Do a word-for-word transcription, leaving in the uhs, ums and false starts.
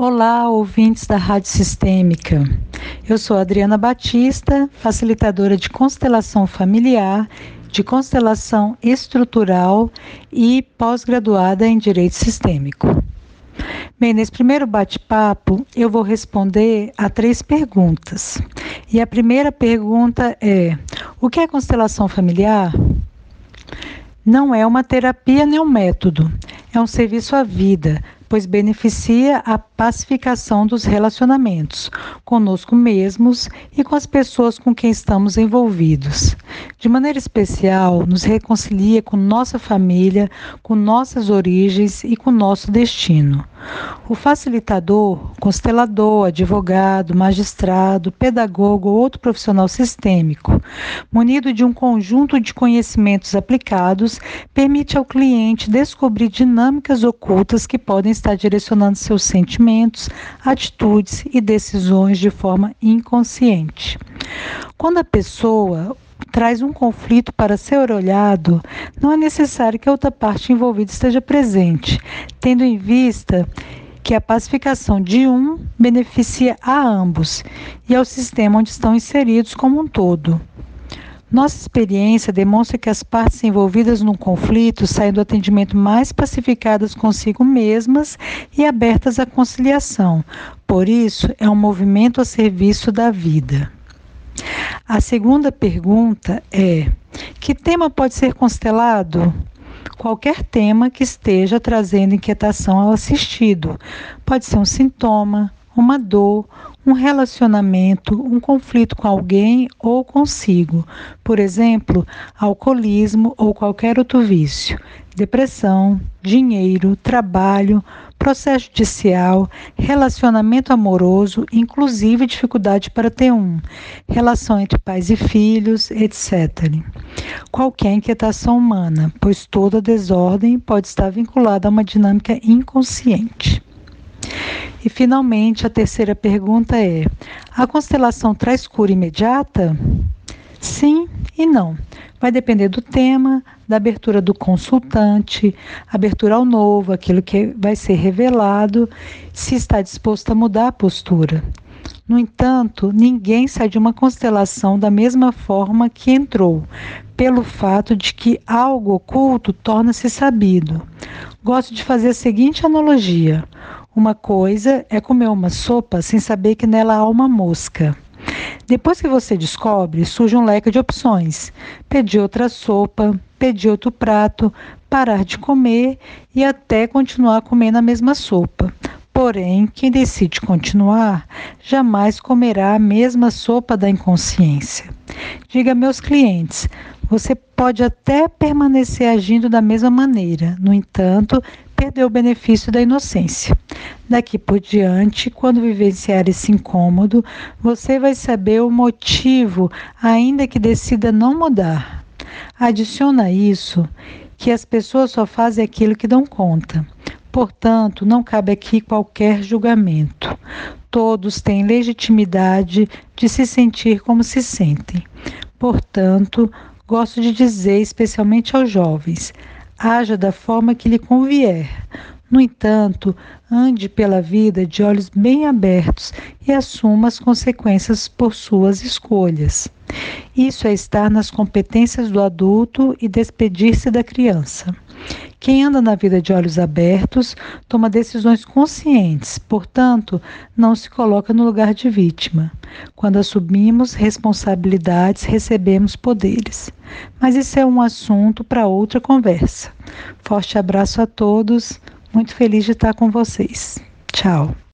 Olá, ouvintes da Rádio Sistêmica. Eu sou Adriana Batista, facilitadora de constelação familiar, de constelação estrutural e pós-graduada em Direito Sistêmico. Bem, nesse primeiro bate-papo, eu vou responder a três perguntas. E a primeira pergunta é: o que é constelação familiar? Não é uma terapia nem um método, é um serviço à vida, pois beneficia a pacificação dos relacionamentos, conosco mesmos e com as pessoas com quem estamos envolvidos. De maneira especial, nos reconcilia com nossa família, com nossas origens e com nosso destino. O facilitador, constelador, advogado, magistrado, pedagogo ou outro profissional sistêmico, munido de um conjunto de conhecimentos aplicados, permite ao cliente descobrir dinâmicas ocultas que podem estar direcionando seus sentimentos, atitudes e decisões de forma inconsciente. Quando a pessoa traz um conflito para ser olhado, não é necessário que a outra parte envolvida esteja presente, tendo em vista que a pacificação de um beneficia a ambos e ao sistema onde estão inseridos como um todo. Nossa experiência demonstra que as partes envolvidas num conflito saem do atendimento mais pacificadas consigo mesmas e abertas à conciliação. Por isso, é um movimento a serviço da vida. A segunda pergunta é: que tema pode ser constelado? Qualquer tema que esteja trazendo inquietação ao assistido. Pode ser um sintoma, uma dor, um relacionamento, um conflito com alguém ou consigo. Por exemplo, alcoolismo ou qualquer outro vício, depressão, dinheiro, trabalho, processo judicial, relacionamento amoroso, inclusive dificuldade para ter um, relação entre pais e filhos, etcétera. Qualquer inquietação humana, pois toda desordem pode estar vinculada a uma dinâmica inconsciente. E, finalmente, a terceira pergunta é: a constelação traz cura imediata? Sim e não. Vai depender do tema, da abertura do consultante, abertura ao novo, aquilo que vai ser revelado, se está disposto a mudar a postura. No entanto, ninguém sai de uma constelação da mesma forma que entrou, pelo fato de que algo oculto torna-se sabido. Gosto de fazer a seguinte analogia: uma coisa é comer uma sopa sem saber que nela há uma mosca. Depois que você descobre, surge um leque de opções: pedir outra sopa, pedir outro prato, parar de comer e até continuar comendo a mesma sopa. Porém, quem decide continuar jamais comerá a mesma sopa da inconsciência. Diga a meus clientes: você pode até permanecer agindo da mesma maneira, no entanto, perdeu o benefício da inocência. Daqui por diante, quando vivenciar esse incômodo, você vai saber o motivo, ainda que decida não mudar. Adiciona isso que as pessoas só fazem aquilo que dão conta. Portanto, não cabe aqui qualquer julgamento. Todos têm legitimidade de se sentir como se sentem. Portanto, gosto de dizer, especialmente aos jovens: haja da forma que lhe convier. No entanto, ande pela vida de olhos bem abertos e assuma as consequências por suas escolhas. Isso é estar nas competências do adulto e despedir-se da criança. Quem anda na vida de olhos abertos toma decisões conscientes, portanto, não se coloca no lugar de vítima. Quando assumimos responsabilidades, recebemos poderes. Mas isso é um assunto para outra conversa. Forte abraço a todos, muito feliz de estar com vocês. Tchau.